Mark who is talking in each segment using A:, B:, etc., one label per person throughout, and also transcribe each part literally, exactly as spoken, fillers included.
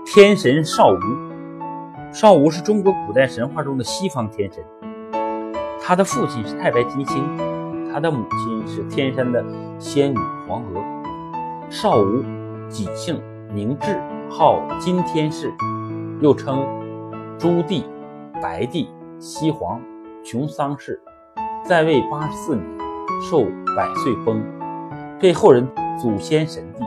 A: 天神少吴。少吴是中国古代神话中的西方天神，他的父亲是太白金星，他的母亲是天山的仙女黄娥。少吴己姓，名雉，号金天士，又称朱棣、白帝、西皇、穷桑士，在位八十四年，寿百岁崩，被后人祖先神帝。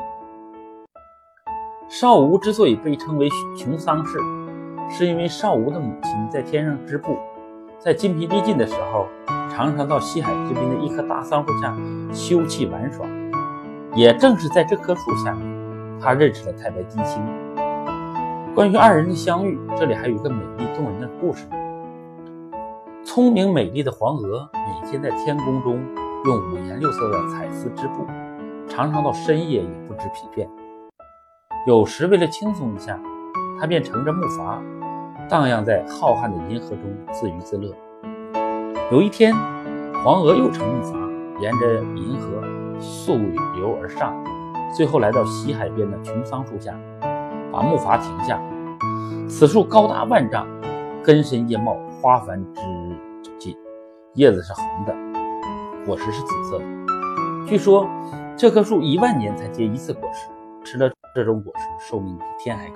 A: 少吴之所以被称为穷桑士，是因为少吴的母亲在天上织布，在筋疲力尽的时候，常常到西海之滨的一棵大桑树下休憩玩耍。也正是在这棵树下面，他认识了太白金星。关于二人的相遇，这里还有一个美丽动人的故事。聪明美丽的黄娥每天在天宫中用五颜六色的彩丝织布，常常到深夜也不知疲倦。有时为了轻松一下，她便乘着木筏荡漾在浩瀚的银河中自娱自乐。有一天，黄娥又乘木筏沿着银河溯流而上，最后来到西海边的穷桑树下，把木筏停下。此树高达万丈，根深叶茂，花繁枝尽，叶子是红的，果实是紫色的。据说这棵树一万年才结一次果实，吃了这种果实寿命比天还高。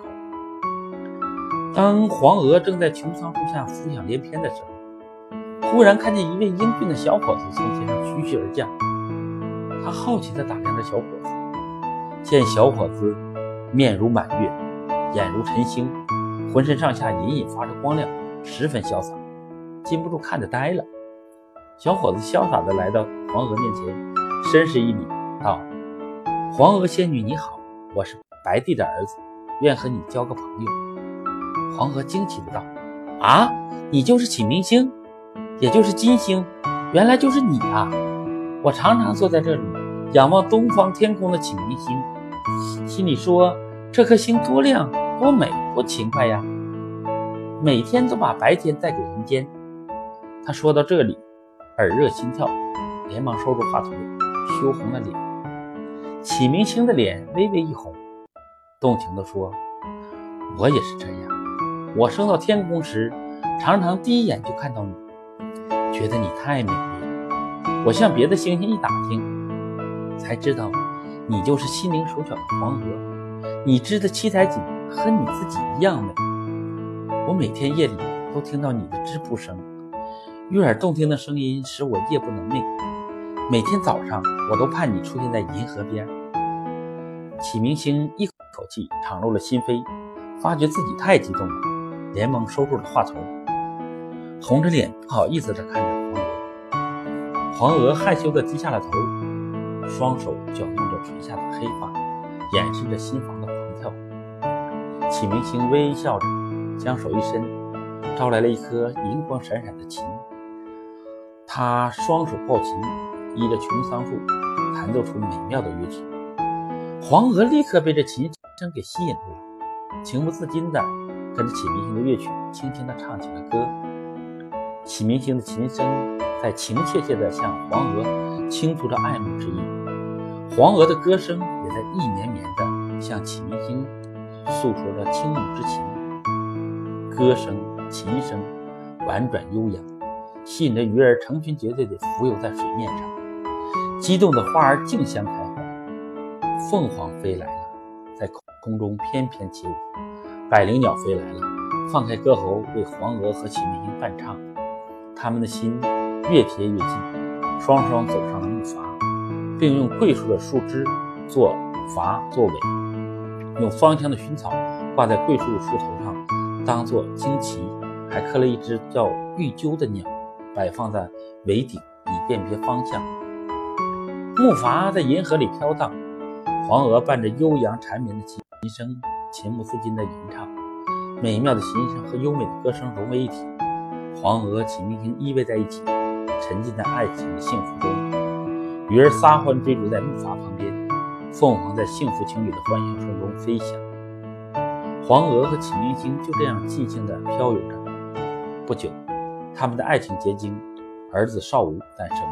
A: 当黄娥正在穷桑树下俯仰连翩的时候，忽然看见一位英俊的小伙子从天上徐徐而降。他好奇地打量着小伙子，见小伙子面如满月，眼如晨星，浑身上下隐隐发着光亮，十分潇洒，禁不住看着呆了。小伙子潇洒地来到黄娥面前，深施一礼，道：黄娥仙女你好，我是白帝的儿子，愿和你交个朋友。黄娥惊奇地道：啊，你就是启明星，也就是金星，原来就是你啊！我常常坐在这里仰望东方天空的启明星，心里说这颗星多亮多美多勤快呀，每天都把白天带给人间。他说到这里耳热心跳，连忙收住话头，羞红了脸。启明星的脸微微一红，动情地说：我也是这样，我升到天宫时常常第一眼就看到你，觉得你太美丽了。我向别的星星一打听，才知道你就是心灵手巧的黄娥，你织的七彩锦和你自己一样美。我每天夜里都听到你的织布声，悦耳动听的声音使我夜不能寐。每天早上我都盼你出现在银河边。启明星一口气敞露了心扉，发觉自己太激动了，连忙收住了话头，红着脸不好意思地看着黄娥。黄娥害羞地低下了头，双手搅动着垂下的黑发，掩饰着心房的狂跳。启明星微笑着将手一伸，招来了一颗银光闪闪的琴。他双手抱琴，依着穷桑树弹奏出美妙的乐曲。黄娥立刻被这琴声给吸引住了，情不自禁地跟着启明星的乐曲轻轻地唱起了歌。启明星的琴声在情切切地向黄娥倾吐着爱慕之意，黄娥的歌声也在意绵绵地向启明星诉说着倾慕之情。歌声琴声婉转悠扬，吸引着鱼儿成群结队地浮游在水面上，激动的花儿竞相开花，凤凰飞来了，在空中翩翩起舞，百灵鸟飞来了，放开歌喉为黄娥和启明星伴唱。他们的心越贴越近，双双走上了木筏，并用桂树的树枝做筏作尾，用芳香的薰草挂在桂树树头上当作旌旗，还刻了一只叫玉鸠的鸟摆放在尾顶，以辨别方向。木筏在银河里飘荡，黄娥伴着悠扬缠绵的琴声，情不自禁地吟唱，美妙的琴声和优美的歌声融为一体。黄娥、启明星依偎在一起，沉浸在爱情的幸福中。鱼儿撒欢追逐在木筏旁边，凤凰在幸福情侣的欢笑声中飞翔。黄娥和启明星就这样尽兴地飘游着。不久，他们的爱情结晶，儿子少吴诞生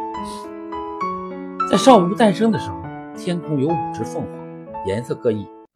A: 了。在少吴诞生的时候，天空有五只凤凰，颜色各异，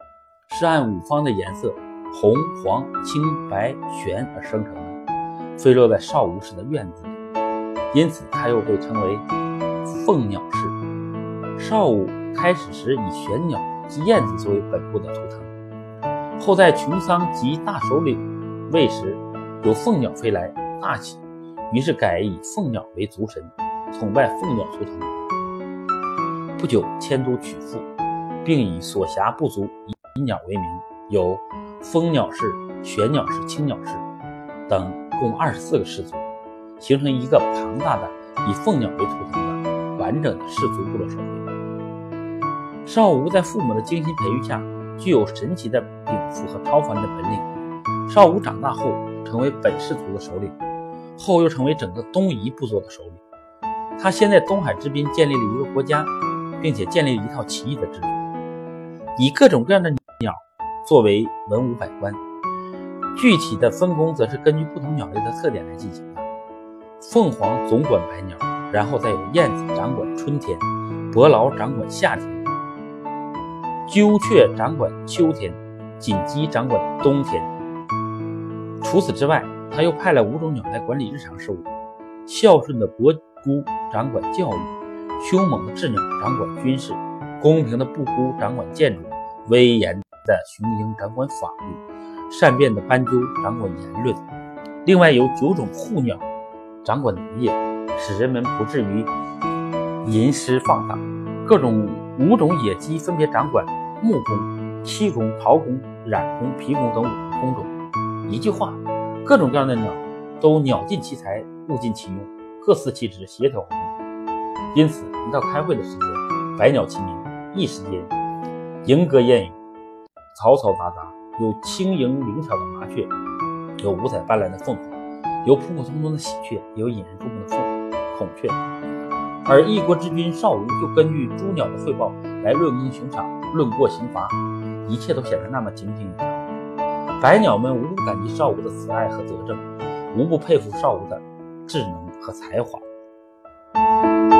A: 是按五方的颜色红、黄、青、白、玄而生成的，飞落在少吴氏的院子里，因此它又被称为凤鸟氏。少吴开始时以玄鸟及燕子作为本部的图腾，后在穷桑及大首领位时，有凤鸟飞来，大喜，于是改以凤鸟为族神，崇拜凤鸟图腾。不久迁都曲阜，并以所辖部族以鸟为名，有蜂鸟氏、玄鸟氏、青鸟氏等共二十四个氏族，形成一个庞大的以凤鸟为图腾的完整的氏族部落社会。少吴在父母的精心培育下，具有神奇的禀赋和超凡的本领。少吴长大后成为本氏族的首领，后又成为整个东夷部族的首领。他先在东海之滨建立了一个国家，并且建立了一套奇异的制度，以各种各样的鸟作为文武百官，具体的分工则是根据不同鸟类的特点来进行的。凤凰总管百鸟，然后再有燕子掌管春天，伯劳掌管夏天，鸠雀掌管秋天，锦鸡掌管冬天。除此之外，他又派了五种鸟来管理日常事务。孝顺的伯姑掌管教育，凶猛的鸷鸟掌管军事，公平的布姑掌管建筑，威严的雄鹰掌管法律，善变的斑鸠掌管言论。另外有九种护鸟掌管农业，使人们不至于吟诗放荡。各种五种野鸡分别掌管木工、漆工、陶工、染工、皮工等五个工种。一句话，各种各样的鸟都鸟尽其才，物尽其用，各司其职，协调合作。因此一到开会的时间，百鸟齐鸣，一时间莺歌燕语，嘈嘈杂杂，有轻盈灵巧的麻雀，有五彩斑斓的凤凰，有普普通通的喜鹊，有引人注目的凤孔雀。而一国之君少吴就根据诸鸟的汇报来论功行赏，论过刑罚，一切都显得那么井井有条。百鸟们无不感激少吴的慈爱和德政，无不佩服少吴的智能和才华。